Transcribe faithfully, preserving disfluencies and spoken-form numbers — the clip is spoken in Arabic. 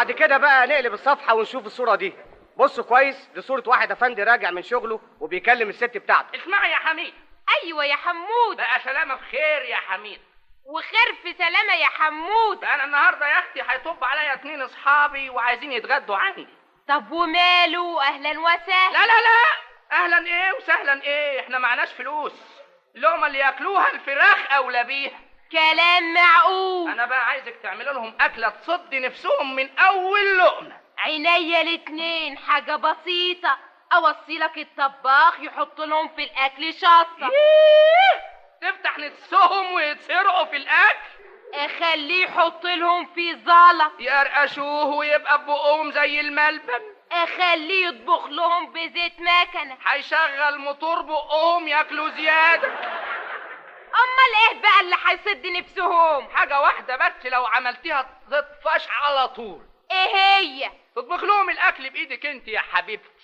بعد كده بقى نقلب الصفحه ونشوف الصوره دي. بصوا كويس، دي صوره واحد افندي راجع من شغله وبيكلم الست بتاعته. اسمعي يا حميد. ايوه يا حمود. بقى سلامه بخير يا حميد. وخير في سلامه يا حمود. انا النهارده يا اختي هيطب عليا اتنين اصحابي وعايزين يتغدوا عندي. طب وماله، اهلا وسهلا. لا لا لا، اهلا ايه وسهلا ايه، احنا معناش فلوس. اللقمه اللي ياكلوها الفراخ اولى بيها. كلام معقول. انا بقى عايزك تعمل لهم اكله تصد نفسهم من اول لقمه. عينيا الاتنين، حاجه بسيطه. اوصيلك الطباخ يحط لهم في الاكل شطه. تفتح نفسهم ويتسرقوا في الاكل. اخليه يحط لهم في زلط يرقشوه ويبقى بقهم زي الملبن. اخليه يطبخ لهم بزيت مكنه. هيشغل موتور بقهم ياكلوا زياده. امال ايه بقى اللي هيسد نفسهم؟ حاجه واحده بس لو عملتيها تطفش على طول. ايه هي؟ تطبخ لهم الاكل بايدك انت يا حبيبتي.